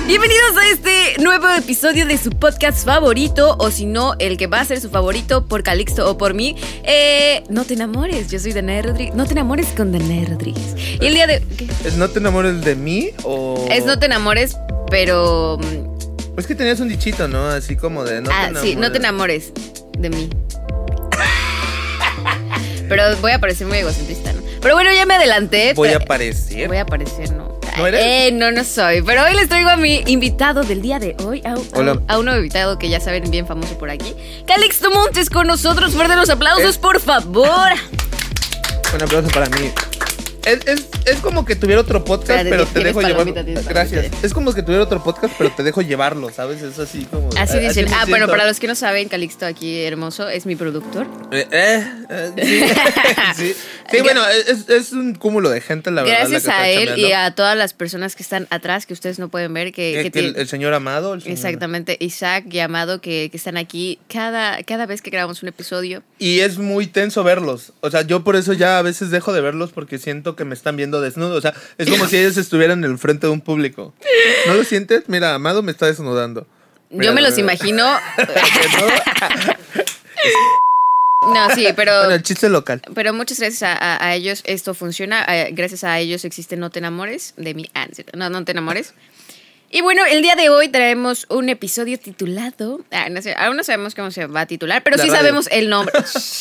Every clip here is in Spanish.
Bienvenidos a este nuevo episodio de su podcast favorito, o si no, el que va a ser su favorito por Calixto o por mí. No te enamores, yo soy Danae Rodríguez. No te enamores con Danae Rodríguez. Y el día de... ¿qué? ¿Es no te enamores de mí o...? Es no te enamores, pero... Es que tenías un dichito, ¿no? Así como de no te enamores. Sí, no te enamores de mí. Pero voy a parecer muy egocentrista, ¿no? Pero bueno, ya me adelanté. Voy a aparecer. Voy a aparecer, ¿no? ¿No eres? No soy. Pero hoy les traigo a mi invitado del día de hoy. A un nuevo invitado que ya saben, bien famoso por aquí. Calixto Montes con nosotros. Fuerte los aplausos, por favor. Un aplauso para mí. Es como que tuviera otro podcast, pero te dejo llevarlo. Gracias. Es como que tuviera otro podcast, pero te dejo llevarlo, ¿sabes? Es así como... Así dicen. Bueno, para los que no saben, Calixto aquí hermoso es mi productor. Sí. Sí, bueno, es un cúmulo de gente, la verdad. Gracias a él y a todas las personas que están atrás, que ustedes no pueden ver. Que el señor Amado. Exactamente, Isaac y Amado, que están aquí cada vez que grabamos un episodio. Y es muy tenso verlos. O sea, yo por eso ya a veces dejo de verlos porque siento que me están viendo desnudo. O sea, es como si ellos estuvieran en el frente de un público. ¿No lo sientes? Mira, Amado me está desnudando. Mira, yo me los imagino. No, sí, pero... Bueno, el chiste local. Pero muchas gracias a ellos esto funciona. Gracias a ellos existe No te enamores de mí. No te enamores. Y bueno, el día de hoy traemos un episodio titulado... no sé, aún no sabemos cómo se va a titular, pero sí sabemos el nombre.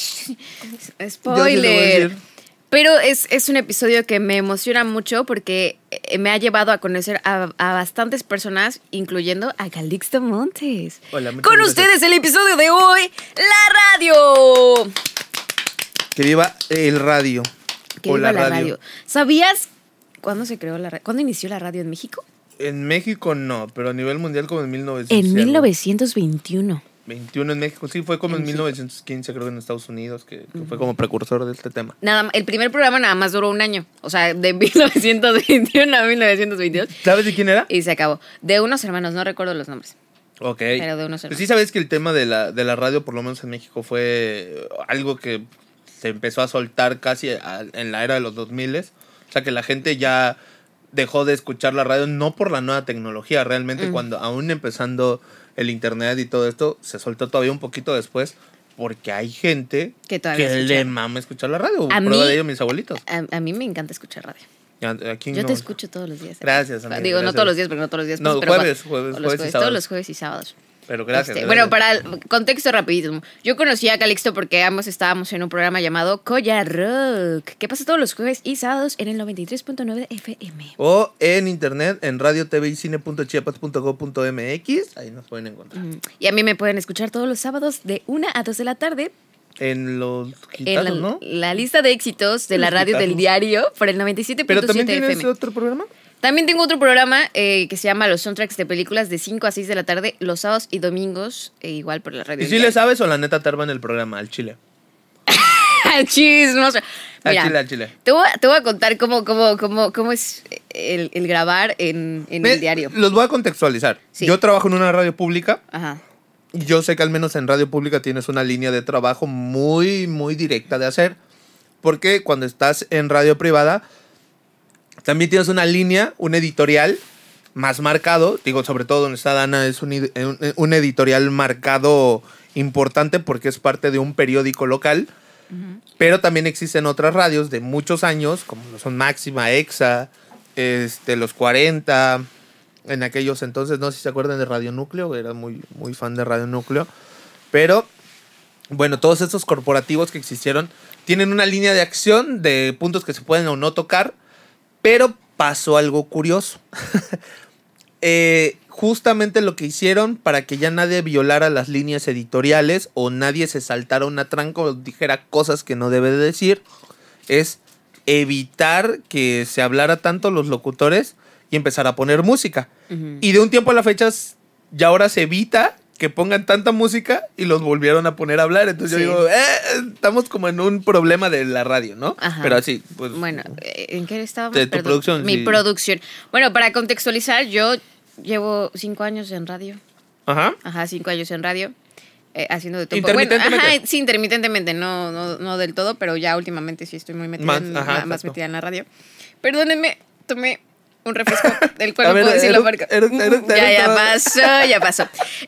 Spoiler. Pero es un episodio que me emociona mucho porque me ha llevado a conocer a bastantes personas, incluyendo a Calixto Montes. Hola, con ustedes el episodio de hoy, la radio. Que viva el radio. Que viva la radio. ¿Sabías cuándo se creó la radio? ¿Cuándo inició la radio en México? En México no, pero a nivel mundial como en 1900. En 1921. 21 en México, sí, fue como en 1915, creo que en Estados Unidos, que fue como precursor de este tema. El primer programa nada más duró un año, o sea, de 1921 a 1922. ¿Sabes de quién era? Y se acabó. De unos hermanos, no recuerdo los nombres. Ok. Pero de unos hermanos. Pues sí sabes que el tema de la radio, por lo menos en México, fue algo que se empezó a soltar casi en la era de los 2000. O sea, que la gente ya dejó de escuchar la radio, no por la nueva tecnología, realmente cuando aún empezando el internet y todo esto, se soltó todavía un poquito después, porque hay gente que le mama escuchar la radio. Prueba de ello mis abuelitos. A mí me encanta escuchar radio. Aquí yo te escucho todos los días. Gracias, amiga. Digo, gracias. No todos los días, porque no todos los días. No, pero jueves y sábados. Todos los jueves y sábados. Pero gracias. Bueno, para el contexto rapidísimo. Yo conocí a Calixto porque ambos estábamos en un programa llamado Colla Rock, que pasa todos los jueves y sábados en el 93.9 FM. O en internet, en radiotvicine.chiapas.gov.mx. Ahí nos pueden encontrar. Y a mí me pueden escuchar todos los sábados de 1 a 2 de la tarde. En los gitanos, ¿no? La lista de éxitos de la radio del diario por el 97.7 FM. ¿Pero también tienes otro programa? También tengo otro programa que se llama Los Soundtracks de Películas de 5 a 6 de la tarde, los sábados y domingos, igual por la radio. ¿Y si le sabes o la neta te arman el programa al chile? Al chismoso. Mira, al chile. Te voy a contar cómo es el grabar en el diario. Los voy a contextualizar. Sí. Yo trabajo en una radio pública. Ajá. Y yo sé que al menos en radio pública tienes una línea de trabajo muy, muy directa de hacer. Porque cuando estás en radio privada, también tienes una línea, un editorial más marcado. Digo, sobre todo donde está Dana, es un editorial marcado importante porque es parte de un periódico local. Uh-huh. Pero también existen otras radios de muchos años, como son Máxima, Exa, Los 40. En aquellos entonces, no sé si se acuerdan de Radio Núcleo, era muy, muy fan de Radio Núcleo. Pero, bueno, todos estos corporativos que existieron tienen una línea de acción de puntos que se pueden o no tocar. Pero pasó algo curioso. Justamente lo que hicieron para que ya nadie violara las líneas editoriales o nadie se saltara una tranca o dijera cosas que no debe de decir, es evitar que se hablara tanto los locutores y empezar a poner música. Uh-huh. Y de un tiempo a la fecha ya ahora se evita que pongan tanta música y los volvieron a poner a hablar. Entonces yo digo, estamos como en un problema de la radio, ¿no? Ajá. Pero así, pues... Bueno, ¿en qué estábamos? De tu producción. Mi producción. Bueno, para contextualizar, yo llevo 5 años en radio. Ajá. Ajá, 5 años en radio. Haciendo de todo. Intermitentemente. Bueno, ajá, sí, intermitentemente, no del todo, pero ya últimamente sí estoy muy metida, más metida en la radio. Perdónenme, tomé un refresco del cual A no ver, puedo decir la Eruct, marca. Eruct, Eruct, Ya Eruct. pasó, ya pasó.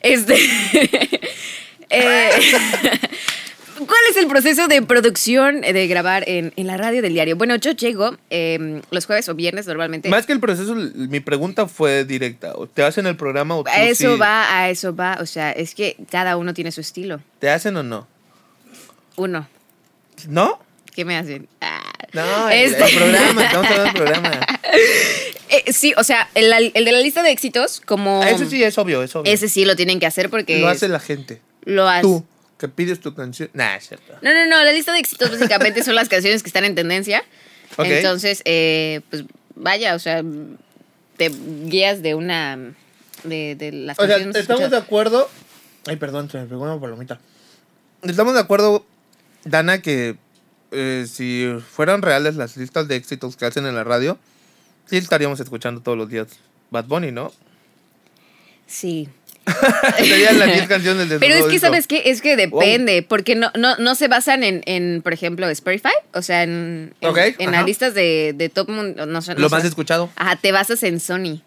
Eh, ¿Cuál es el proceso de producción de grabar en la radio del diario? Bueno, yo llego los jueves o viernes normalmente. Más que el proceso, mi pregunta fue directa. ¿O ¿te hacen el programa o tú A eso sí? va, a eso va. O sea, es que cada uno tiene su estilo. ¿Te hacen o no? Uno. ¿No? ¿Qué me hacen? No, Este- el programa, estamos hablando del programa. Sí, o sea, el de la lista de éxitos, como... Eso sí es obvio, es obvio. Ese sí lo tienen que hacer porque... Lo hace la gente. Lo hace. Tú, que pides tu canción. Nah, es cierto. No, la lista de éxitos básicamente son las canciones que están en tendencia. Ok. Entonces, pues vaya, o sea, te guías de una... De las O sea, canciones más estamos de escuchadas. acuerdo. Ay, perdón, se me pegó una palomita. Estamos de acuerdo, Dana, que si fueran reales las listas de éxitos que hacen en la radio, sí estaríamos escuchando todos los días Bad Bunny, ¿no? Sí. Serían las 10 canciones de su Pero es nuevo que, disco. ¿sabes qué? Es que depende, porque no se basan en, por ejemplo, Spotify, o sea, en Ok, las ajá. listas de top, no sé. Lo más escuchado. Ajá, te basas en Sony.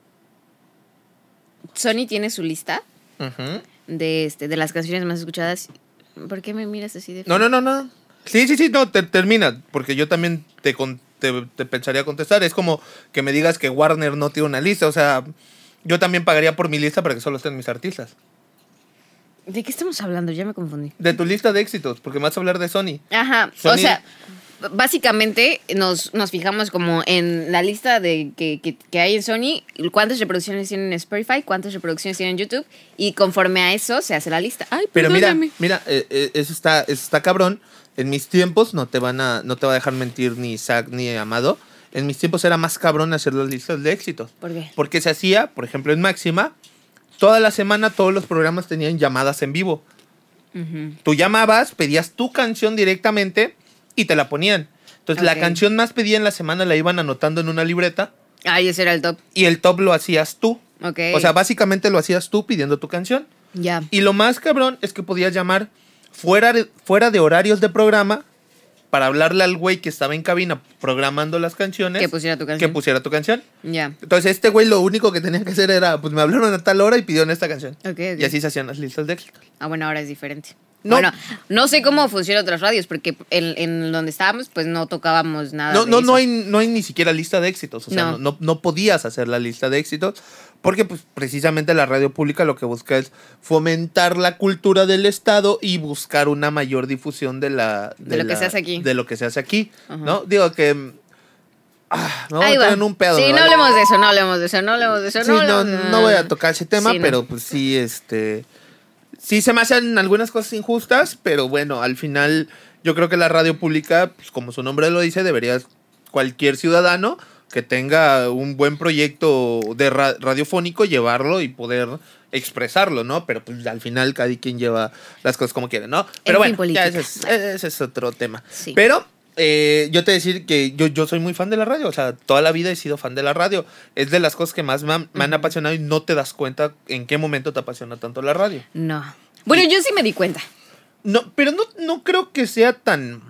Sony tiene su lista Ujú. de las canciones más escuchadas. ¿Por qué me miras así de... No. Sí, no, termina, porque yo también te pensaría contestar. Es como que me digas que Warner no tiene una lista, o sea, yo también pagaría por mi lista para que solo estén mis artistas. ¿De qué estamos hablando? Ya me confundí. De tu lista de éxitos, porque me vas a hablar de Sony. Ajá, Sony- o sea, básicamente nos fijamos como en la lista de que hay en Sony, cuántas reproducciones tienen en Spotify, cuántas reproducciones tienen en YouTube, y conforme a eso se hace la lista. Ay, Pero perdóname. mira, eso está cabrón. En mis tiempos no te va a dejar mentir ni Isaac ni Amado. En mis tiempos era más cabrón hacer las listas de éxitos. ¿Por qué? Porque se hacía, por ejemplo, en Máxima, toda la semana todos los programas tenían llamadas en vivo. Ujú. Tú llamabas, pedías tu canción directamente y te la ponían. Entonces, la Ok. canción más pedida en la semana la iban anotando en una libreta Ay, ese era el top. y el top lo hacías tú. Ok. O sea, básicamente lo hacías tú pidiendo tu canción. Ya. Y lo más cabrón es que podías llamar fuera de horarios de programa para hablarle al güey que estaba en cabina programando las canciones. Que pusiera tu canción. Que pusiera tu canción. Ya. Entonces, este güey lo único que tenía que hacer era, pues me hablaron a tal hora y pidieron esta canción. Ok. Y así se hacían las listas de éxito. Ah, bueno, ahora es diferente. No. Bueno, no sé cómo funcionan otras radios, porque en donde estábamos, pues no tocábamos nada de eso. No hay ni siquiera lista de éxitos. O sea, No. no podías hacer la lista de éxitos. Porque pues precisamente la radio pública lo que busca es fomentar la cultura del Estado y buscar una mayor difusión de lo que se hace aquí. De lo que se hace aquí. Ajá. ¿No? Digo que. Me voy a Ahí meter va. en un pedo. Sí, ¿no? no hablemos de eso, no hablemos de eso. Sí, no voy a tocar ese tema, Sí, no. pero pues sí, sí se me hacen algunas cosas injustas, pero bueno, al final yo creo que la radio pública, pues como su nombre lo dice, debería cualquier ciudadano que tenga un buen proyecto de radiofónico llevarlo y poder expresarlo, ¿no? Pero pues al final cada quien lleva las cosas como quiere, ¿no? Pero En fin, bueno, ya política. ese es otro tema. Sí. Pero yo te decir que yo soy muy fan de la radio, o sea, toda la vida he sido fan de la radio. Es de las cosas que más me han apasionado y no te das cuenta en qué momento te apasiona tanto la radio. No. Bueno, yo sí me di cuenta. No, pero no creo que sea tan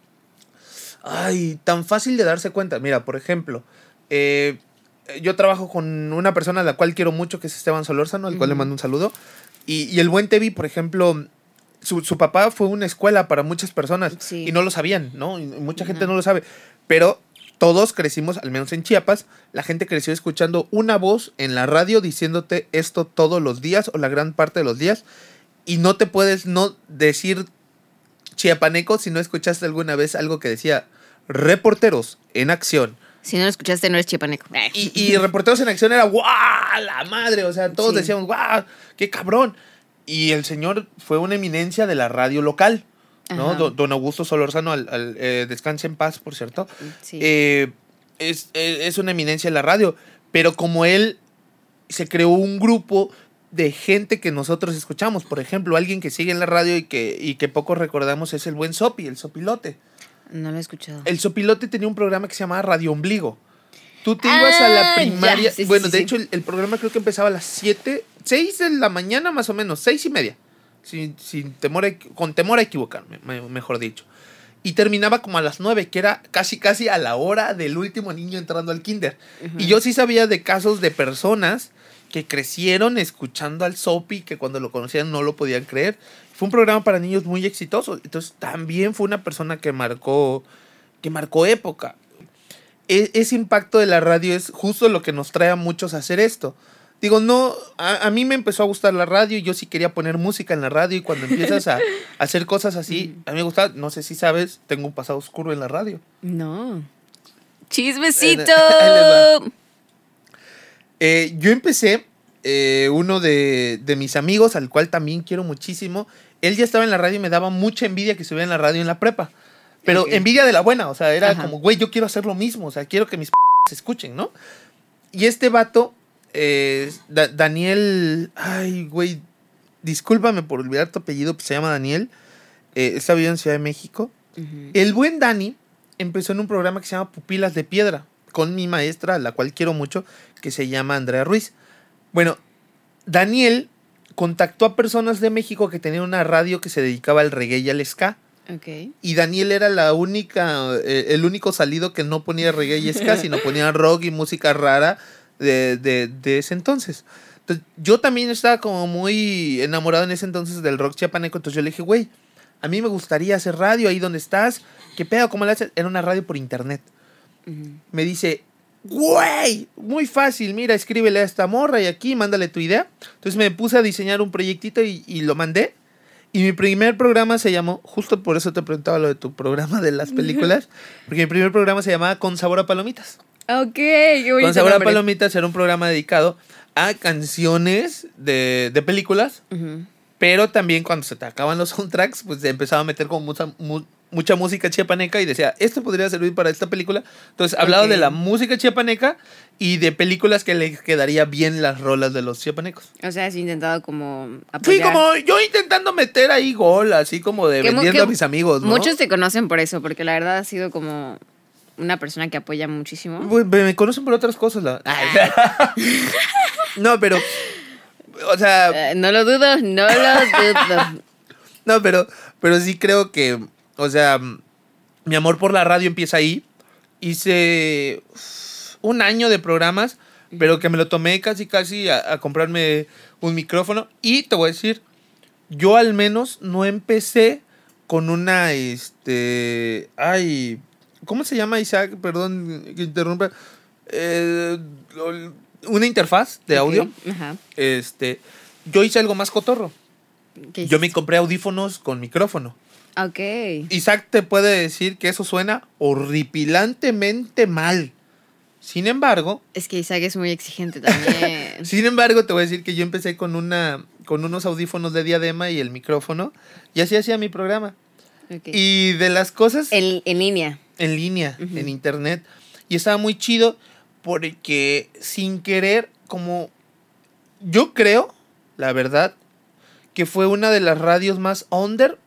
fácil de darse cuenta. Mira, por ejemplo, yo trabajo con una persona a la cual quiero mucho, que es Esteban Solórzano, al cual le mando un saludo. Y el buen Tevi, por ejemplo, su papá fue una escuela para muchas personas Sí. y no lo sabían, ¿no? Y mucha gente No. no lo sabe. Pero todos crecimos, al menos en Chiapas, la gente creció escuchando una voz en la radio diciéndote esto todos los días o la gran parte de los días. Y no te puedes no decir chiapaneco si no escuchaste alguna vez algo que decía reporteros en acción. Si no lo escuchaste, no eres chiapaneco. Y reporteros en acción era ¡guau! La madre, o sea, todos Sí. decíamos ¡guau! ¡Qué cabrón! Y el señor fue una eminencia de la radio local, ¿no? Ajá. Don Augusto Solórzano, descanse en paz, por cierto. Sí. Es una eminencia en la radio, pero como él se creó un grupo de gente que nosotros escuchamos. Por ejemplo, alguien que sigue en la radio y que poco recordamos es el buen Sopi, el Sopilote. No lo he escuchado. El Sopilote tenía un programa que se llamaba Radio Ombligo. Tú te ibas a la primaria. ya, sí, bueno, sí, de sí. hecho, el programa creo que empezaba a las 6 de la mañana más o menos, 6:30. Con temor a equivocarme, mejor dicho. y terminaba como a las 9, que era casi a la hora del último niño entrando al kinder. Y yo sí sabía de casos de personas que crecieron escuchando al Sopi, que cuando lo conocían no lo podían creer. Fue un programa para niños muy exitoso. Entonces también fue una persona que marcó época. Ese impacto de la radio es justo lo que nos trae a muchos a hacer esto. Digo, no, a mí me empezó a gustar la radio y yo sí quería poner música en la radio, y cuando empiezas a hacer cosas así, a mí me gusta, no sé si sabes, tengo un pasado oscuro en la radio. No. ¡Chismecito! Yo empecé, uno de mis amigos, al cual también quiero muchísimo, él ya estaba en la radio y me daba mucha envidia que estuviera en la radio en la prepa. Pero envidia de la buena, o sea, era como, güey, yo quiero hacer lo mismo, o sea, quiero que mis se escuchen, ¿no? Y este vato, Daniel, ay, güey, discúlpame por olvidar tu apellido, pues se llama Daniel, está viviendo en Ciudad de México. El buen Dani empezó en un programa que se llama Pupilas de Piedra, con mi maestra, a la cual quiero mucho, que se llama Andrea Ruiz. Bueno, Daniel contactó a personas de México que tenían una radio que se dedicaba al reggae y al ska. Okay. Y Daniel era el único salido que no ponía reggae y ska, sino ponía rock y música rara de ese entonces. Entonces, yo también estaba como muy enamorado en ese entonces del rock chiapaneco. Entonces yo le dije, güey, a mí me gustaría hacer radio ahí donde estás. ¿Qué pedo? ¿Cómo le haces? Era una radio por internet. Me dice, güey, muy fácil, mira, escríbele a esta morra y aquí, mándale tu idea. Entonces me puse a diseñar un proyectito y lo mandé. Y mi primer programa se llamó, justo por eso te preguntaba lo de tu programa de las películas, porque mi primer programa se llamaba Con Sabor a Palomitas. Ok, qué bonito. Con Sabor a Palomitas era un programa dedicado a canciones de películas, pero también cuando se te acaban los soundtracks, pues se empezaba a meter con mucha música chiapaneca y decía, esto podría servir para esta película. Entonces hablaba de la música chiapaneca y de películas que le quedaría bien las rolas de los chiapanecos. O sea, has intentado como apoyar. Sí, como yo intentando meter ahí gol, así como de vendiendo a mis amigos, ¿no? Muchos te conocen por eso, porque la verdad has sido como una persona que apoya muchísimo. Me conocen por otras cosas. No, pero, o sea... no lo dudo. No, pero sí creo que, o sea, mi amor por la radio empieza ahí. Hice un año de programas, pero que me lo tomé casi a comprarme un micrófono. Y te voy a decir, yo al menos no empecé con una, ¿cómo se llama, Isaac? Perdón que interrumpa. Una interfaz de audio. Ajá. Yo hice algo más cotorro. ¿Qué Yo me compré audífonos con micrófono. Ok. Isaac te puede decir que eso suena horripilantemente mal. Sin embargo... Es que Isaac es muy exigente también. Sin embargo, te voy a decir que yo empecé con unos audífonos de diadema y el micrófono. Y así hacía mi programa. Okay. Y de las cosas... En línea. En línea, en internet. Y estaba muy chido porque sin querer, como... Yo creo, la verdad, que fue una de las radios más under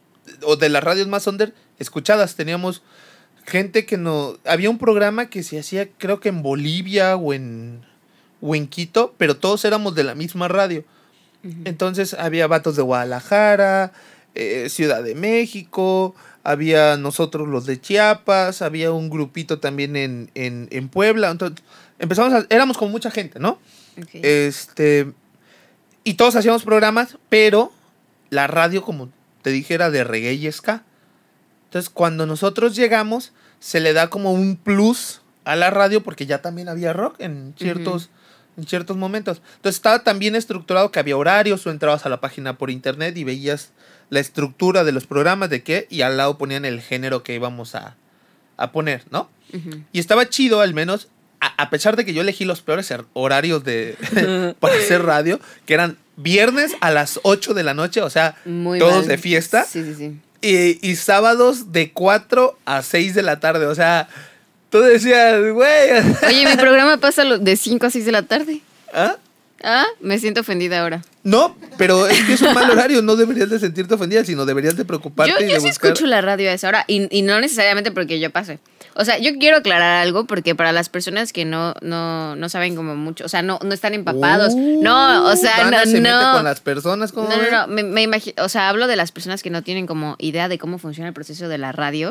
escuchadas. Teníamos gente que no... Había un programa que se hacía, creo que en Bolivia o en Quito, pero todos éramos de la misma radio. Entonces había vatos de Guadalajara, Ciudad de México, había nosotros los de Chiapas, había un grupito también en Puebla. Entonces éramos como mucha gente, ¿no? Okay. Y todos hacíamos programas, pero la radio, como te dije, era de reggae y ska. Entonces, cuando nosotros llegamos, se le da como un plus a la radio porque ya también había rock en ciertos momentos. Entonces, estaba tan bien estructurado que había horarios, o entrabas a la página por internet y veías la estructura de los programas y al lado ponían el género que íbamos a poner, ¿no? Y estaba chido, al menos, a pesar de que yo elegí los peores horarios para hacer radio, que eran viernes a las 8 de la noche, o sea, muy todos mal. De fiesta. Sí. Y sábados de 4 a 6 de la tarde, o sea, tú decías, güey. Oye, mi programa pasa de 5 a 6 de la tarde. ¿Ah? Me siento ofendida ahora. No, pero es que es un mal horario, no deberías de sentirte ofendida, sino deberías de preocuparte y de buscar... Yo sí escucho la radio a esa hora, y no necesariamente porque yo pase. O sea, yo quiero aclarar algo porque para las personas que no saben como mucho, o sea, no están empapados. No, o sea, se mete con las personas, No, me imagino, o sea, hablo de las personas que no tienen como idea de cómo funciona el proceso de la radio.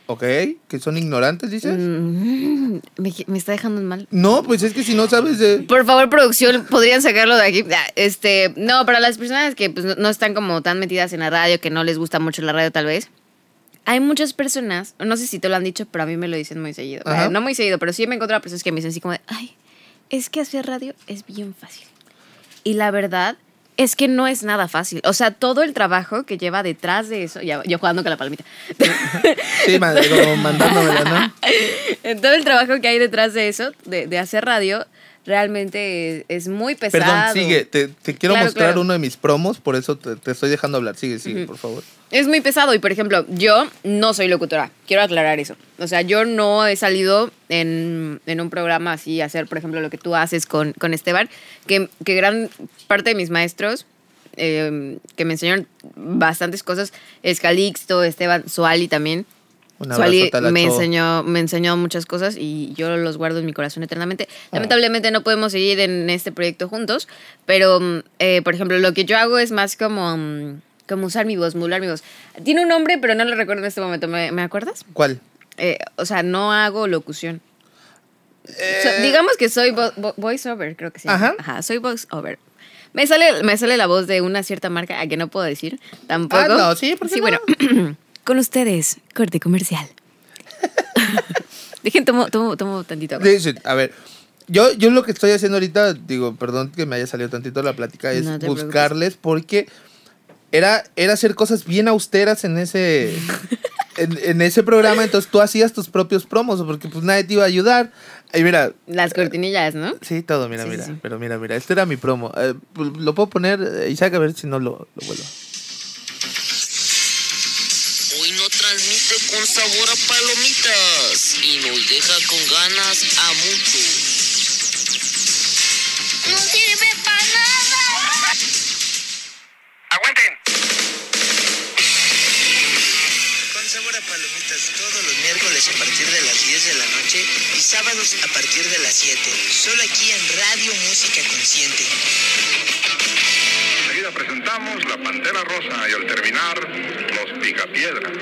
Ok, que son ignorantes, dices. Me está dejando en mal. No, pues es que si no sabes de... Por favor, producción, ¿podrían sacarlo de aquí? No, para las personas que pues, no están como tan metidas en la radio, que no les gusta mucho la radio tal vez, hay muchas personas, no sé si te lo han dicho, pero a mí me lo dicen muy seguido. No muy seguido, pero sí me he encontrado a personas que me dicen así como de, ay, es que hacer radio es bien fácil. Y la verdad es que no es nada fácil. O sea, todo el trabajo que lleva detrás de eso, ya, yo jugando con la palomita. Sí, como mandándomela, ¿no? Todo el trabajo que hay detrás de eso, de hacer radio, realmente es muy pesado. Perdón, sigue. Te quiero mostrar claro. uno de mis promos, por eso te estoy dejando hablar. Sigue, por favor. Es muy pesado y, por ejemplo, yo no soy locutora. Quiero aclarar eso. O sea, yo no he salido en un programa así a hacer, por ejemplo, lo que tú haces con Esteban, que gran parte de mis maestros que me enseñaron bastantes cosas es Calixto, Esteban, Suali también. Suali me enseñó muchas cosas y yo los guardo en mi corazón eternamente. Lamentablemente no podemos seguir en este proyecto juntos, pero, por ejemplo, lo que yo hago es más como usar mi voz, modular mi voz. Tiene un nombre, pero no lo recuerdo en este momento. ¿Me acuerdas? ¿Cuál? O sea, no hago locución. Digamos que soy voiceover, creo que sí. Ajá, soy voiceover. Me sale la voz de una cierta marca, a que no puedo decir tampoco. No, sí, ¿por qué no? Bueno, con ustedes, corte comercial. Dejen, tomo tantito. Sí, a ver, yo lo que estoy haciendo ahorita, digo, perdón que me haya salido tantito la plática, es buscarles porque era hacer cosas bien austeras en ese en ese programa, entonces tú hacías tus propios promos porque pues nadie te iba a ayudar. Y mira, las cortinillas, ¿no? Sí, todo, mira, sí. Pero mira, este era mi promo. Lo puedo poner, Isaac, a ver si no lo vuelvo. Hoy no transmite con sabor a palomitas y nos deja con ganas a muchos. ¡No sirve para nada! ¡Aguanten! Con sabor a palomitas todos los miércoles a partir de las 10 de la noche y sábados a partir de las 7. Solo aquí en Radio Música Consciente. Enseguida presentamos La Pantera Rosa y al terminar, Los Picapiedra.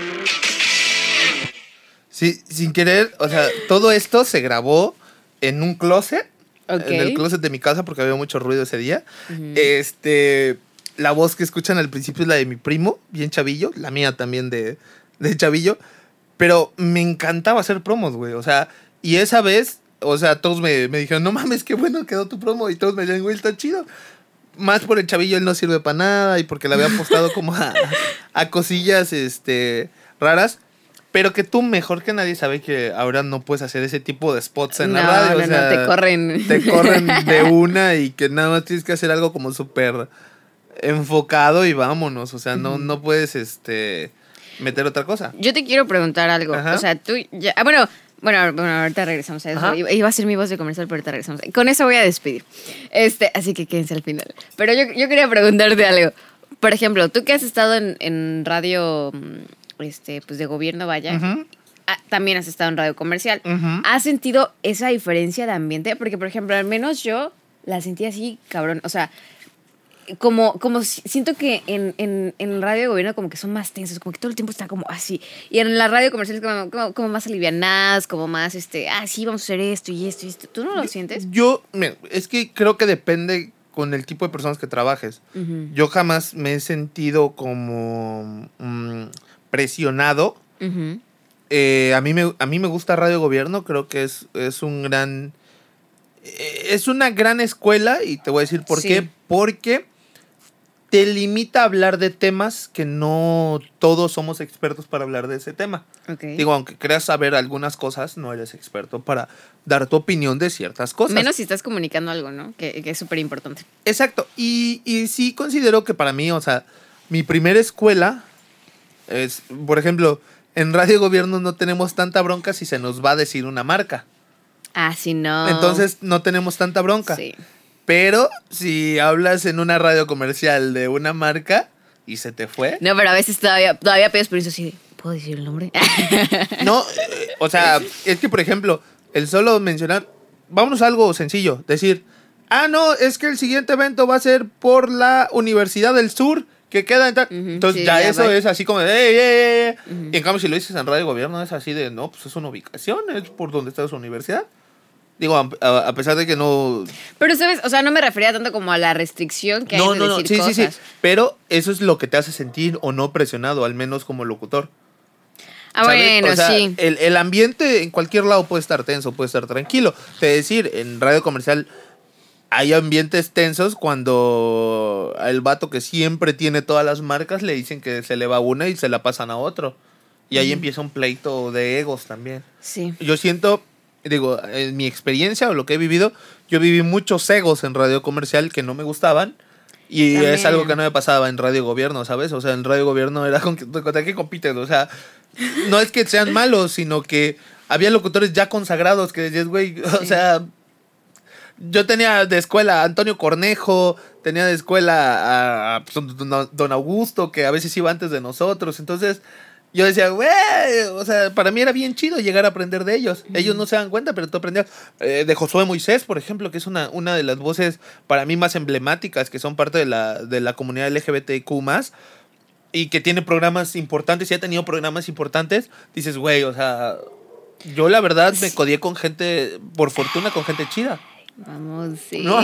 Sí, sin querer, o sea, todo esto se grabó en un closet. Okay. En el closet de mi casa porque había mucho ruido ese día. La voz que escuchan al principio es la de mi primo, bien chavillo, la mía también de chavillo, pero me encantaba hacer promos, güey, o sea, y esa vez, o sea, todos me dijeron, no mames, qué bueno quedó tu promo, y todos me dijeron, güey, está chido. Más por el chavillo, él no sirve para nada, y porque le había apostado como a cosillas raras. Pero que tú mejor que nadie sabe que ahora no puedes hacer ese tipo de spots en la radio. No, te corren. Te corren de una y que nada más tienes que hacer algo como súper enfocado y vámonos. O sea, no puedes meter otra cosa. Yo te quiero preguntar algo. Ajá. O sea, tú ya... Bueno, ahorita regresamos a eso. Ajá. Iba a ser mi voz de comercial, pero ahorita regresamos. Con eso voy a despedir. Así que quédense al final. Pero yo quería preguntarte algo. Por ejemplo, tú que has estado en radio... pues de gobierno, vaya. Uh-huh. También has estado en radio comercial. Uh-huh. ¿Has sentido esa diferencia de ambiente? Porque, por ejemplo, al menos yo la sentí así, cabrón. O sea, como siento que en radio de gobierno como que son más tensos, como que todo el tiempo está como así. Y en la radio comercial es como más alivianadas, como más, sí, vamos a hacer esto y esto y esto. ¿Tú no lo sientes? Mira, es que creo que depende con el tipo de personas que trabajes. Uh-huh. Yo jamás me he sentido como... presionado. Uh-huh. A mí me gusta Radio Gobierno, creo que es un gran... es una gran escuela y te voy a decir por qué. Porque te limita a hablar de temas que no todos somos expertos para hablar de ese tema. Okay. Digo, aunque creas saber algunas cosas, no eres experto para dar tu opinión de ciertas cosas. Menos si estás comunicando algo, ¿no? Que es súper importante. Exacto. Y sí considero que para mí, o sea, mi primera escuela... por ejemplo, en Radio Gobierno no tenemos tanta bronca si se nos va a decir una marca. Ah, sí, no. Entonces no tenemos tanta bronca. Sí. Pero si hablas en una radio comercial de una marca y se te fue... No, pero a veces todavía pides permiso así de, ¿puedo decir el nombre? No, o sea, es que por ejemplo, el solo mencionar... Vámonos a algo sencillo. Decir, no, es que el siguiente evento va a ser por la Universidad del Sur que queda en tal. Ujú, Entonces sí, ya ya eso va. es así como de, ¡ey! Ujú. Y en cambio, si lo dices en radio gobierno, es así de, no, pues es una ubicación, es por donde está su universidad. Digo, a pesar de que no... Pero, ¿sabes? O sea, no me refería tanto como a la restricción que hay de decir sí, cosas. sí, sí. Pero eso es lo que te hace sentir o no presionado, al menos como locutor. Ah, ¿Sabes? bueno, O sea, sí. el ambiente en cualquier lado puede estar tenso, puede estar tranquilo. Es decir, en radio comercial hay ambientes tensos cuando el vato que siempre tiene todas las marcas le dicen que se le va una y se la pasan a otro. Y ahí empieza un pleito de egos también. Sí. Yo siento, digo, en mi experiencia o lo que he vivido, yo viví muchos egos en radio comercial que no me gustaban. Y También. es algo que no me pasaba en radio gobierno, ¿sabes? O sea, en radio gobierno era contra qué compites. O sea, no es que sean malos, sino que había locutores ya consagrados que decías, güey, o sea, yo tenía de escuela a Antonio Cornejo, tenía de escuela a pues, Don Augusto, que a veces iba antes de nosotros. Entonces, yo decía, güey, o sea, para mí era bien chido llegar a aprender de ellos. Ellos no se dan cuenta, pero tú aprendías. De Josué Moisés, por ejemplo, que es una de las voces para mí más emblemáticas, que son parte de la comunidad LGBTQ+, y que tiene programas importantes, y ha tenido programas importantes. Dices, güey, o sea, yo la verdad me codié con gente, por fortuna, con gente chida. Vamos, sí. No.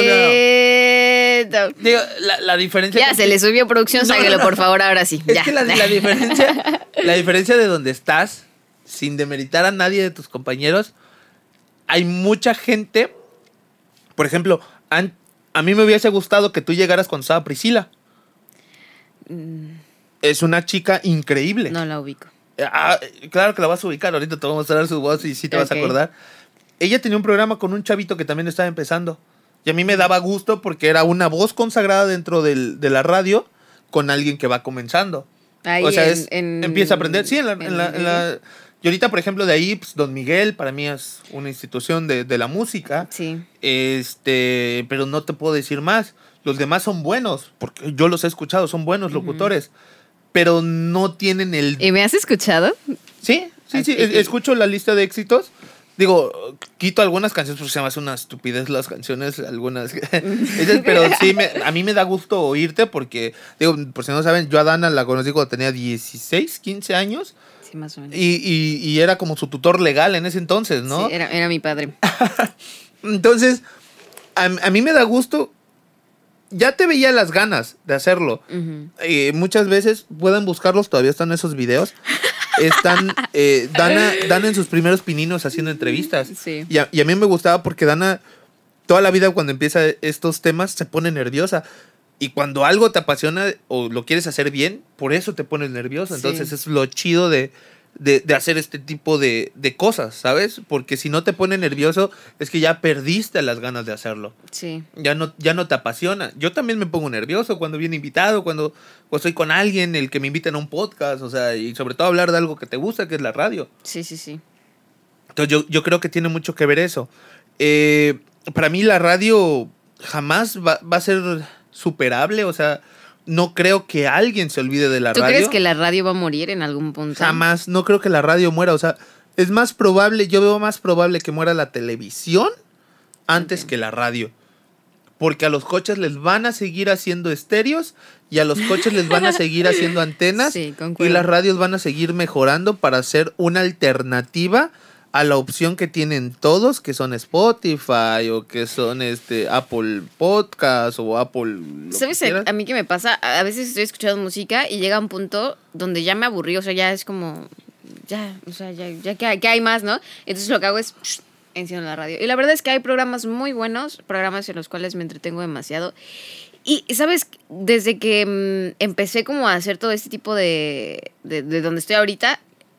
Digo, la diferencia... Ya, se le subió producción, sáquelo, por favor, ahora sí. Es Ya. que la diferencia de donde estás, sin demeritar a nadie de tus compañeros, hay mucha gente, por ejemplo, a mí me hubiese gustado que tú llegaras cuando estaba Priscila. Es una chica increíble. No la ubico. Claro que la vas a ubicar, ahorita te vamos a mostrar su voz y sí te vas a Ok. acordar. Ella tenía un programa con un chavito que también estaba empezando. Y a mí me daba gusto porque era una voz consagrada dentro de la radio con alguien que va comenzando. Ahí O sea, en- empieza a aprender. Sí, en- y ahorita, por ejemplo, de ahí, pues, Don Miguel, para mí es una institución de la música. Sí. Pero no te puedo decir más. Los demás son buenos, porque yo los he escuchado, son buenos locutores. Pero no tienen el... ¿Y me has escuchado? Sí, escucho la lista de éxitos. Digo, quito algunas canciones porque se me hace una estupidez las canciones, algunas. Pero sí, a mí me da gusto oírte porque, digo, por si no saben, yo a Dana la conocí cuando tenía 16, 15 años. Sí, más o menos. Y era como su tutor legal en ese entonces, ¿no? Sí, era mi padre. Entonces, a mí me da gusto. Ya te veía las ganas de hacerlo. Ujú. Muchas veces pueden buscarlos, todavía están esos videos. Están Dana en sus primeros pininos haciendo entrevistas. Sí. Y a mí me gustaba porque Dana, toda la vida cuando empieza estos temas, se pone nerviosa. Y cuando algo te apasiona o lo quieres hacer bien, por eso te pones nervioso. Sí. Entonces es lo chido de hacer este tipo de cosas, ¿sabes? Porque si no te pone nervioso, es que ya perdiste las ganas de hacerlo. Sí. Ya no te apasiona. Yo también me pongo nervioso cuando viene invitado, cuando estoy con alguien, el que me invitan a un podcast, o sea, y sobre todo hablar de algo que te gusta, que es la radio. Sí, sí, sí. Entonces yo creo que tiene mucho que ver eso. Para mí la radio jamás va a ser superable, o sea, no creo que alguien se olvide de la ¿Tú radio. crees que la radio va a morir en algún punto? Jamás, no creo que la radio muera, o sea, es más probable, yo veo más probable que muera la televisión antes que la radio. Porque a los coches les van a seguir haciendo estéreos y a los coches les van a seguir haciendo antenas Sí, y concuerdo. las radios van a seguir mejorando para ser una alternativa a la opción que tienen todos, que son Spotify o que son Apple Podcast o Apple... lo que ¿Sabes quieras. a mí qué me pasa? A veces estoy escuchando música y llega un punto donde ya me aburrí, o sea, ya es como, ya, o sea, ya que hay más, ¿no? Entonces lo que hago es, enciendo la radio. Y la verdad es que hay programas muy buenos, programas en los cuales me entretengo demasiado. Y, ¿sabes? Desde que empecé como a hacer todo este tipo de donde estoy ahorita,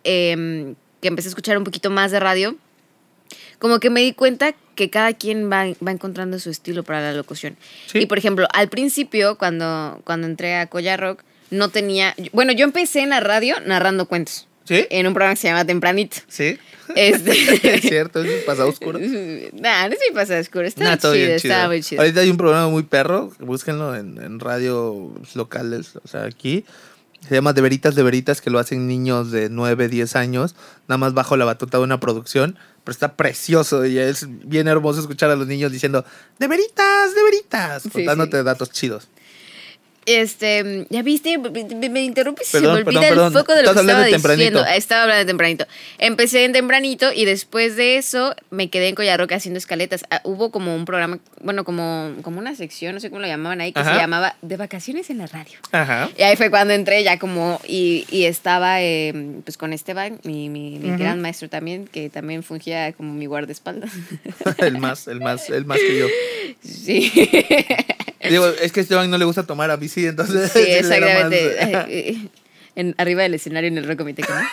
que empecé a escuchar un poquito más de radio, como que me di cuenta que cada quien va encontrando su estilo para la locución. Sí. Y, por ejemplo, al principio, cuando entré a Colla Rock, no tenía... Bueno, yo empecé en la radio narrando cuentos. ¿Sí? En un programa que se llama Tempranito. Sí. Es cierto, es un pasado oscuro. Nah, no es mi pasado oscuro. Estaba Todo chido, bien chido. estaba muy chido. Ahorita hay un programa muy perro, búsquenlo en radios locales, o sea, aquí. Se llama De Veritas, que lo hacen niños de 9, 10 años, nada más bajo la batuta de una producción, pero está precioso y es bien hermoso escuchar a los niños diciendo, De Veritas, Sí, contándote sí. datos chidos. Ya viste, me interrumpes y se Perdón, me olvida perdón. el foco de lo Estás que estaba hablando de tempranito. diciendo. Estaba hablando de tempranito. Empecé en tempranito y después de eso me quedé en Coyarroca haciendo escaletas. Hubo como un programa, bueno, como una sección, no sé cómo lo llamaban ahí, que Ajá. se llamaba De Vacaciones en la Radio. Ajá. Y ahí fue cuando entré ya como, y estaba pues con Esteban, mi gran maestro también, que también fungía como mi guardaespaldas. el más que yo. Sí. Digo, es que a Esteban no le gusta tomar a bici, entonces... Sí, él era exactamente. Arriba del escenario en el Rock Comité, ¿no?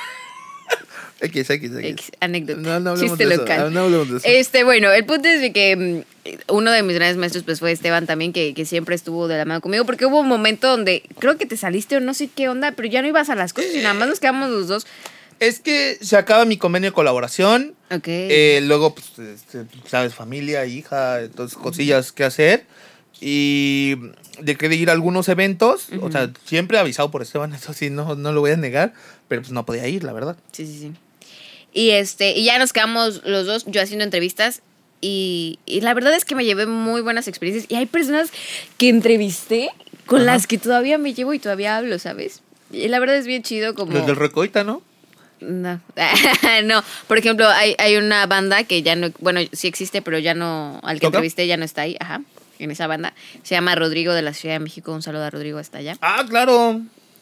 X. Anécdota. No hablemos Chiste de eso, local. no hablemos de eso. Bueno, el punto es de que uno de mis grandes maestros pues fue Esteban también, que siempre estuvo de la mano conmigo, porque hubo un momento donde creo que te saliste o no sé qué onda, pero ya no ibas a las cosas y nada más nos quedamos los dos. Es que se acaba mi convenio de colaboración. Ok. Luego, pues, sabes, familia, hija, entonces cosillas que hacer. Y dejé de ir a algunos eventos. O sea, siempre avisado por Esteban, eso sí, no lo voy a negar. Pero pues no podía ir, la verdad. Sí. Y ya nos quedamos los dos, yo haciendo entrevistas. Y la verdad es que me llevé muy buenas experiencias. Y hay personas que entrevisté con las que todavía me llevo y todavía hablo, ¿sabes? Y la verdad es bien chido como... Los del Recoita, ¿no? No, no. Por ejemplo, hay una banda que ya no, bueno, sí existe, pero ya no, al que ¿Toca? entrevisté ya no está ahí, en esa banda. Se llama Rodrigo de la Ciudad de México. Un saludo a Rodrigo hasta allá. Ah, claro.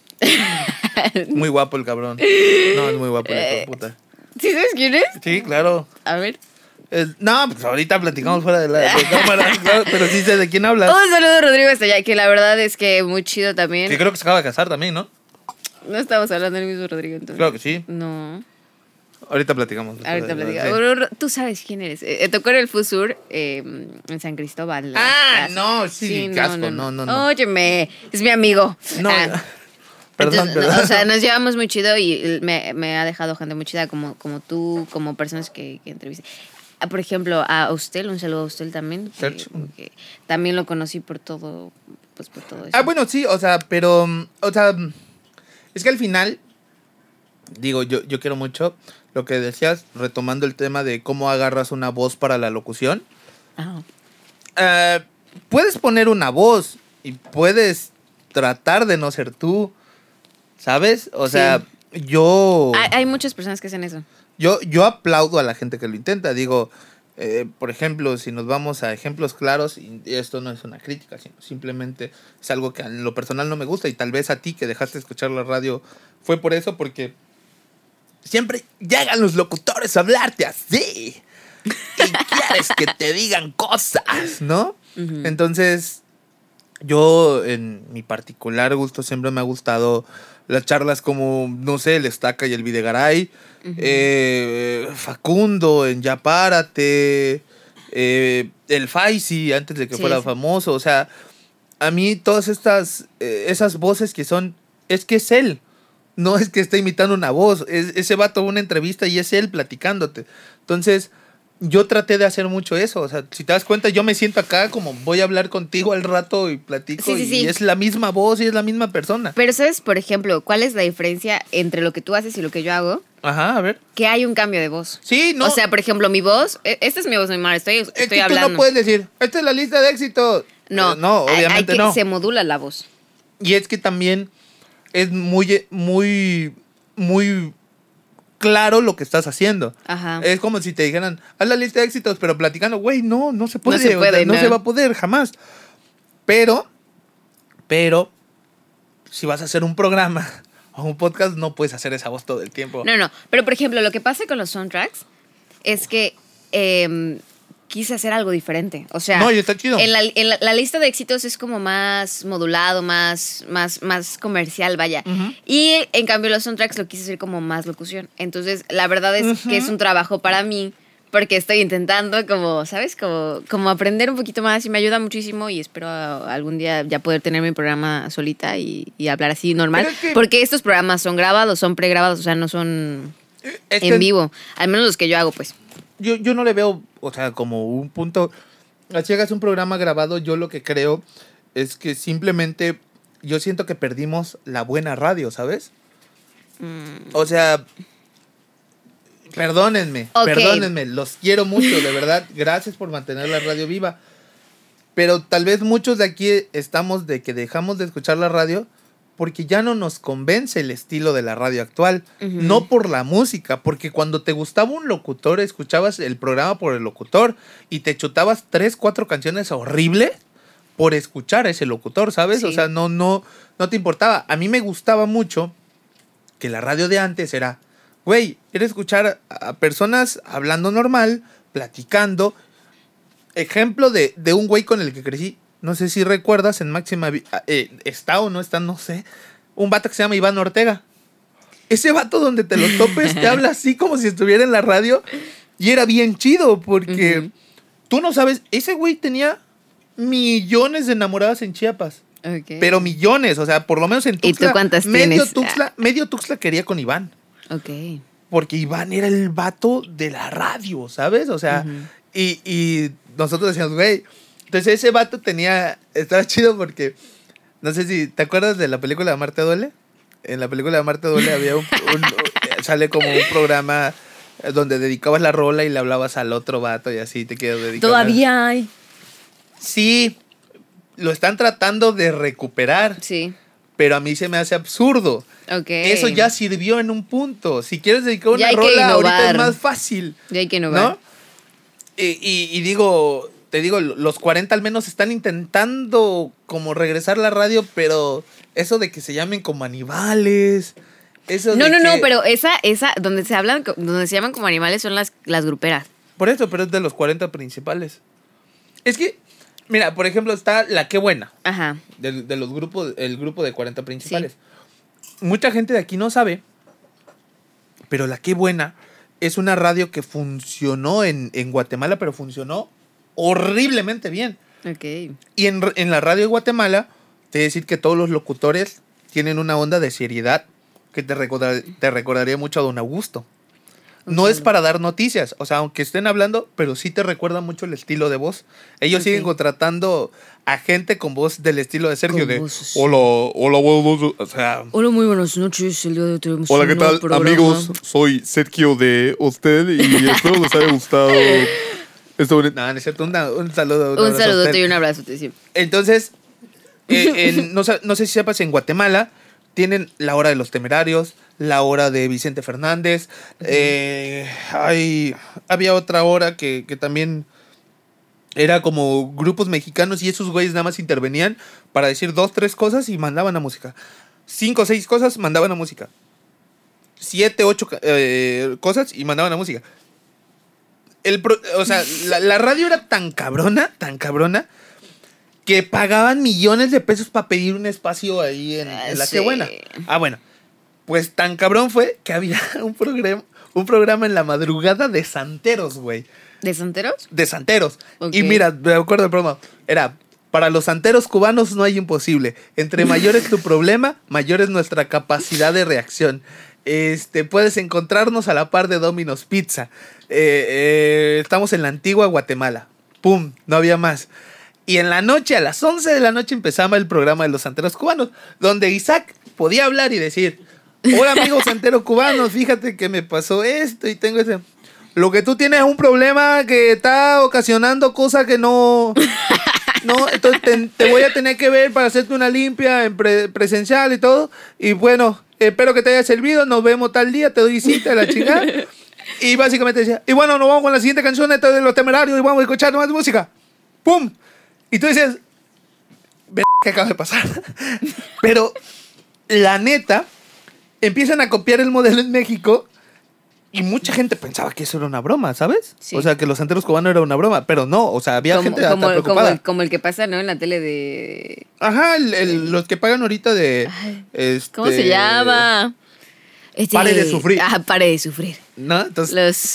Muy guapo el cabrón. No, es muy guapo el hijo de puta. ¿Sí sabes quién es? Sí, claro. A ver. No, pues ahorita platicamos fuera de la cámara, claro, pero sí sé de quién hablas. Un saludo a Rodrigo hasta allá, que la verdad es que muy chido también. Sí, creo que se acaba de casar también, ¿no? No estamos hablando del mismo Rodrigo, entonces. Claro que sí. No. Ahorita platicamos. Ahorita platico. Sí. Bueno, tú sabes quién eres. Tocó en el FUSUR en San Cristóbal. No, sí, qué asco, no. Óyeme, es mi amigo. No, perdón, Entonces, perdón. o sea, nos llevamos muy chido y me ha dejado gente muy chida como tú, como personas que entrevisté. Por ejemplo, a Ustel, un saludo a Ustel también. Que también lo conocí por todo, pues por todo eso. Bueno, sí, o sea, pero, o sea, es que al final, digo, yo quiero mucho lo que decías, retomando el tema de cómo agarras una voz para la locución. Puedes poner una voz y puedes tratar de no ser tú, ¿sabes? O sea, yo... Hay muchas personas que hacen eso. Yo aplaudo a la gente que lo intenta. Digo, por ejemplo, si nos vamos a ejemplos claros, y esto no es una crítica, sino simplemente es algo que en lo personal no me gusta, y tal vez a ti que dejaste de escuchar la radio fue por eso, porque siempre llegan los locutores a hablarte así y quieres que te digan cosas, ¿no? Uh-huh. Entonces, yo en mi particular gusto siempre me ha gustado las charlas como, no sé, el Estaca y el Videgaray, Facundo en Ya Párate, el Faisy antes de que fuera famoso. O sea, a mí todas esas voces que son, es que es él. No es que esté imitando una voz, ese vato una entrevista y es él platicándote. Entonces, yo traté de hacer mucho eso. O sea, si te das cuenta, yo me siento acá como voy a hablar contigo al rato y platico. Y es la misma voz y es la misma persona. Pero ¿sabes, por ejemplo, cuál es la diferencia entre lo que tú haces y lo que yo hago? Ajá, a ver. Que hay un cambio de voz. Sí, no. O sea, por ejemplo, mi voz, esta es mi voz normal, estoy es que hablando. tú no puedes decir, esta es la lista de éxitos. No, no, obviamente no. Se modula la voz. Y es que también es muy claro lo que estás haciendo. Ajá. Es como si te dijeran, haz la lista de éxitos, pero platicando, güey, no se puede. No se puede, no se va a poder, jamás. Pero, si vas a hacer un programa o un podcast, no puedes hacer esa voz todo el tiempo. No. Pero, por ejemplo, lo que pasa con los soundtracks es que quise hacer algo diferente. O sea, no, y está chido. En la lista de éxitos es como más modulado, más comercial, vaya. Uh-huh. Y en cambio los soundtracks lo quise hacer como más locución. Entonces, la verdad es que es un trabajo para mí, porque estoy intentando como, ¿sabes? Como aprender un poquito más y me ayuda muchísimo y espero algún día ya poder tener mi programa solita y hablar así normal. Porque estos programas son grabados, son pregrabados, o sea, no son en vivo. Al menos los que yo hago, pues. Yo no le veo, o sea, como un punto. Así hagas un programa grabado, yo lo que creo es que simplemente yo siento que perdimos la buena radio, ¿sabes? O sea, perdónenme, los quiero mucho, de verdad. Gracias por mantener la radio viva. Pero tal vez muchos de aquí estamos de que dejamos de escuchar la radio porque ya no nos convence el estilo de la radio actual. No por la música, porque cuando te gustaba un locutor, escuchabas el programa por el locutor y te chutabas 3, 4 canciones horribles por escuchar a ese locutor, ¿sabes? Sí. O sea, no te importaba. A mí me gustaba mucho que la radio de antes era, güey, era escuchar a personas hablando normal, platicando. Ejemplo de un güey con el que crecí, no sé si recuerdas, en Máxima está o no está, no sé, un vato que se llama Iván Ortega. Ese vato donde te lo topes te habla así como si estuviera en la radio y era bien chido porque tú no sabes, ese güey tenía millones de enamoradas en Chiapas. Okay. Pero millones, o sea, por lo menos en Tuxtla. ¿Y tú cuántas tienes? Medio Tuxtla quería con Iván. Ok. Porque Iván era el vato de la radio, ¿sabes? O sea, y nosotros decíamos, güey. Entonces ese vato estaba chido porque, no sé si, ¿te acuerdas de la película de Amarte Duele? En la película de Amarte Duele había sale como un programa donde dedicabas la rola y le hablabas al otro vato y así te quedas dedicado. Todavía hay. Sí, lo están tratando de recuperar. Sí. Pero a mí se me hace absurdo. Ok. Eso ya sirvió en un punto. Si quieres dedicar Ya una hay que rola, ahorita innovar. es más fácil. Ya hay que innovar. ¿No? Y digo, te digo, los 40 al menos están intentando como regresar la radio, pero eso de que se llamen como animales, eso No, de no, que- pero esa, donde se llaman como animales son las gruperas. Por eso, pero es de los 40 principales. Es que, mira, por ejemplo, está La Qué Buena, Ajá. de los grupos, el grupo de 40 principales. Mucha gente de aquí no sabe, pero La Qué Buena es una radio que funcionó en Guatemala, pero funcionó horriblemente bien. Ok. Y en la radio de Guatemala, te voy a decir que todos los locutores tienen una onda de seriedad que te recordaría mucho a Don Augusto. No es para dar noticias, o sea, aunque estén hablando, pero sí te recuerda mucho el estilo de voz. Ellos siguen contratando a gente con voz del estilo de Sergio, Con de voz así. hola, buenos, o sea... Hola, muy buenas noches. El día de hoy tenemos Hola, un ¿qué nuevo tal, programa. amigos? Soy Sergio de usted y espero les haya gustado este bonito. No, no es cierto, un saludo. Un abrazo a saludote usted. y un abrazo, te decía. Entonces, no sé si sepas, en Guatemala tienen la hora de los Temerarios, la hora de Vicente Fernández. Había otra hora que también era como grupos mexicanos y esos güeyes nada más intervenían para decir 2, 3 cosas y mandaban a música. 5, 6 cosas, mandaban a música. 7, 8 cosas y mandaban a música. O sea, la radio era tan cabrona, que pagaban millones de pesos para pedir un espacio ahí en La Sí. Qué Buena. Ah, bueno. Pues tan cabrón fue que había un programa en la madrugada de santeros, güey. ¿De santeros? De santeros. Ok. Y mira, me acuerdo del programa. Era, para los santeros cubanos no hay imposible. Entre mayor es tu problema, mayor es nuestra capacidad de reacción. Puedes encontrarnos a la par de Domino's Pizza. Estamos en la antigua Guatemala. Pum, no había más. Y en la noche, a las 11 de la noche, empezaba el programa de los santeros cubanos, donde Isaac podía hablar y decir, hola amigos santeros cubanos, fíjate que me pasó esto y tengo ese... Lo que tú tienes es un problema que está ocasionando cosas que no... No, entonces te voy a tener que ver para hacerte una limpia en presencial y todo. Y bueno, espero que te haya servido. Nos vemos tal día, te doy cita, la chingada. Y básicamente decía, y bueno, nos vamos con la siguiente canción de Los Temerarios y vamos a escuchar más música. ¡Pum! Y tú dices, ¿qué acaba de pasar? Pero la neta, empiezan a copiar el modelo en México. Y mucha gente pensaba que eso era una broma, ¿sabes? Sí. O sea, que los santeros cubanos era una broma, pero no, o sea, había gente hasta preocupada. Como el que pasa, ¿no? En la tele de... Ajá, los que pagan ahorita de... Ay, ¿cómo se llama? Pare de sufrir. Ah, pare de sufrir. ¿No? Entonces,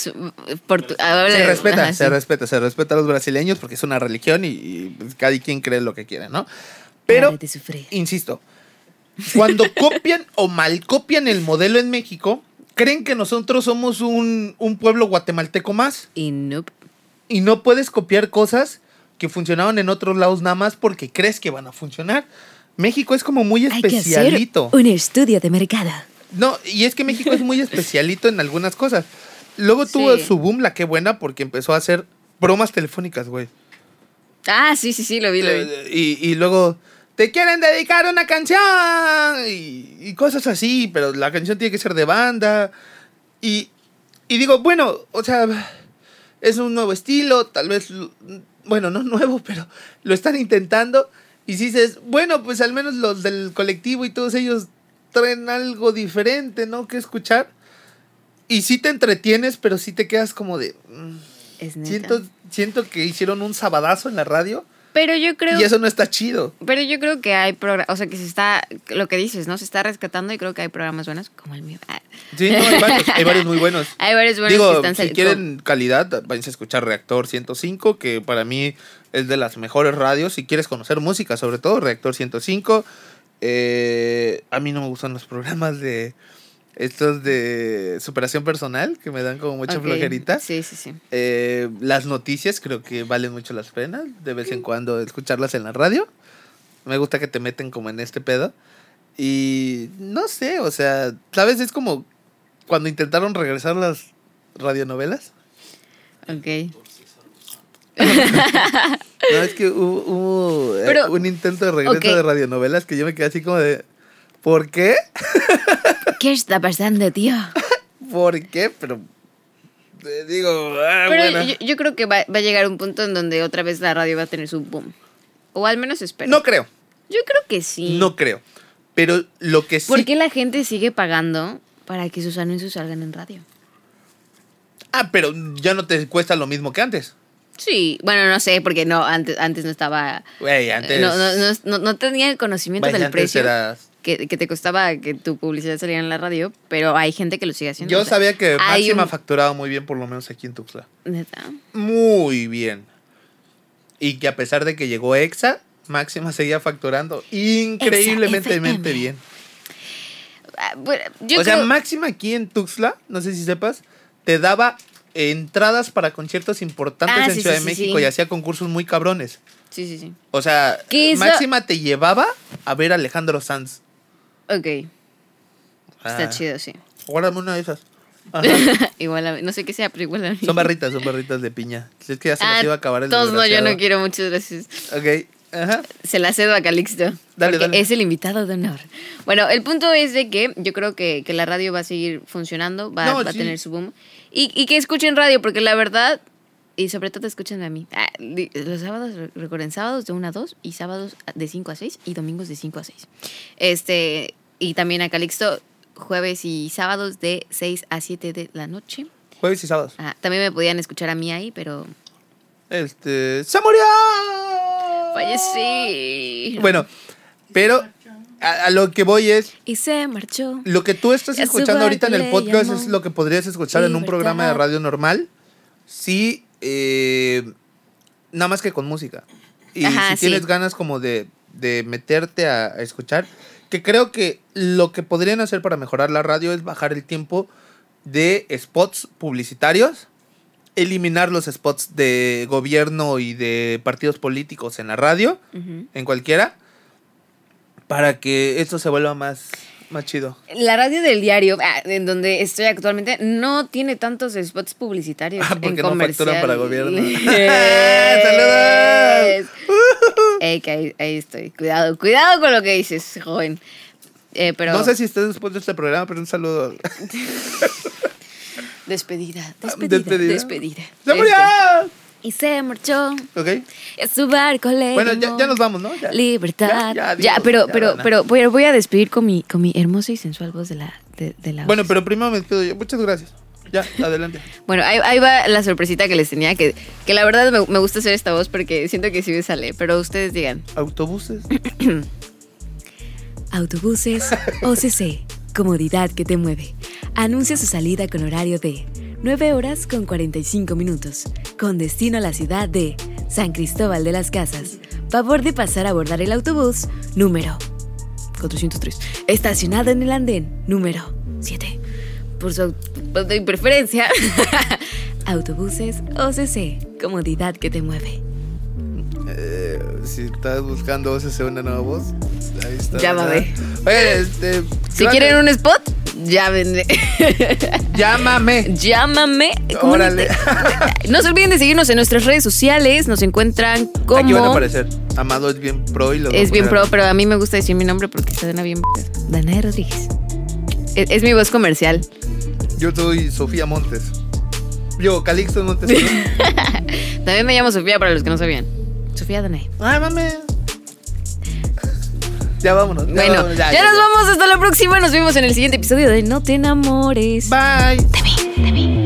Se respeta a los brasileños porque es una religión y cada quien cree lo que quiere, ¿no? Pero, Pare de sufrir. insisto, cuando copian o malcopian el modelo en México, creen que nosotros somos un pueblo guatemalteco más. Y nope. Y no puedes copiar cosas que funcionaban en otros lados nada más porque crees que van a funcionar. México es como muy especialito. un estudio de mercado. No, y es que México es muy especialito en algunas cosas. Luego tuvo Sí. su boom, La Qué Buena, porque empezó a hacer bromas telefónicas, güey. Ah, sí, lo vi. Y luego, te quieren dedicar una canción y cosas así, pero la canción tiene que ser de banda. Y digo, bueno, o sea, es un nuevo estilo, tal vez, bueno, no nuevo, pero lo están intentando. Y si dices, bueno, pues al menos los del colectivo y todos ellos traen algo diferente, ¿no? Que escuchar. Y sí te entretienes, pero sí te quedas como de... Es neta. Siento que hicieron un sabadazo en la radio. Pero yo creo... Y eso no está chido. Pero yo creo que hay programas... O sea, que se está... Lo que dices, ¿no? Se está rescatando y creo que hay programas buenos como el mío. Sí, no, hay varios muy buenos. Hay varios buenos Digo, que están si saliendo. quieren calidad, vayan a escuchar Reactor 105, que para mí es de las mejores radios. Si quieres conocer música, sobre todo, Reactor 105. A mí no me gustan los programas de... Estos de superación personal, que me dan como mucha flojerita. Sí. Las noticias creo que valen mucho las penas. De vez en cuando escucharlas en la radio. Me gusta que te meten como en este pedo. Y no sé, o sea, ¿sabes? Es como cuando intentaron regresar las radionovelas. Ok. No, es que hubo un intento de regreso de radionovelas que yo me quedé así como de... ¿Por qué? ¿Qué está pasando, tío? ¿Por qué? Pero digo... Pero bueno. yo creo que va a llegar un punto en donde otra vez la radio va a tener su boom. O al menos espero. No creo. Yo creo que sí. No creo. Pero lo que sí... ¿Por qué la gente sigue pagando para que sus anuncios salgan en radio? Ah, pero ya no te cuesta lo mismo que antes. Sí, bueno, no sé, porque no antes no estaba... Güey, antes... No tenía el conocimiento del precio que te costaba que tu publicidad saliera en la radio, pero hay gente que lo sigue haciendo. Yo sabía que Máxima facturaba muy bien, por lo menos aquí en Tuxtla. ¿Neta? Muy bien. Y que a pesar de que llegó EXA, Máxima seguía facturando increíblemente bien. Yo o sea, Máxima aquí en Tuxtla, no sé si sepas, te daba entradas para conciertos importantes en Ciudad de México y hacía concursos muy cabrones. Sí. O sea, Máxima te llevaba a ver a Alejandro Sanz. Ok. Está chido, sí. Guárdame una de esas. Igual no sé qué sea, pero igual a mí. Son barritas de piña. Es que ya se las iba a acabar el todos no, yo no quiero, muchas gracias. Ok. Ajá. Se la cedo a Calixto. Dale. Es el invitado de honor. Bueno, el punto es de que yo creo que la radio va a seguir funcionando, va a tener su boom. Y que escuchen radio, porque la verdad, y sobre todo escuchen a mí. Los sábados, recuerden, sábados de 1 a 2 y sábados de 5 a 6 y domingos de 5 a 6. Y también a Calixto, jueves y sábados de 6 a 7 de la noche. Jueves y sábados. También me podían escuchar a mí ahí, pero... ¡Se murió! Fallecí. Bueno, pero a lo que voy es... Y se marchó. Lo que tú estás escuchando ahorita en el podcast es lo que podrías escuchar en un programa de radio normal. Sí, nada más que con música. Y si tienes ganas como de meterte a escuchar, que creo que lo que podrían hacer para mejorar la radio es bajar el tiempo de spots publicitarios, eliminar los spots de gobierno y de partidos políticos en la radio, en cualquiera, para que esto se vuelva más chido. La radio del diario, en donde estoy actualmente, no tiene tantos spots publicitarios. Porque no facturan para gobierno. ¡Saludos! Que ahí estoy. Cuidado con lo que dices, joven. Pero... No sé si estés después de este programa, pero un saludo. Despedida. ¡Se murió! Y se marchó. Ok. Es su barco lejos. Bueno, ya nos vamos, ¿no? Ya. Libertad. Ya, pero voy a despedir con mi hermosa y sensual voz de la Bueno, voz. pero primero me despido yo. Muchas gracias. Ya, adelante. Bueno, ahí va la sorpresita que les tenía, que la verdad me gusta hacer esta voz porque siento que sí me sale, pero ustedes digan. ¿Autobuses? Autobuses OCC, comodidad que te mueve. Anuncia su salida con horario de 9 horas con 45 minutos, con destino a la ciudad de San Cristóbal de las Casas. Favor de pasar a abordar el autobús número 403, estacionado en el andén número 7. Por su preferencia, Autobuses OCC, comodidad que te mueve. Si estás buscando OCC una nueva voz, ahí está. Llámame. Oye, si quieren un spot, Llámenme. Llámame. Órale. No se olviden de seguirnos en nuestras redes sociales. Nos encuentran como... Aquí van a aparecer. Amado es bien pro y lo Es bien pro, pero a mí me gusta decir mi nombre porque suena bien. Danae Rodríguez. Es mi voz comercial. Yo soy Sofía Montes. Calixto Montes. También me llamo Sofía para los que no sabían. Sofía Danae. Ay, mames. Ya vámonos. Bueno, vámonos, ya nos vamos. Hasta la próxima. Nos vemos en el siguiente episodio de No te enamores. Bye. De mí.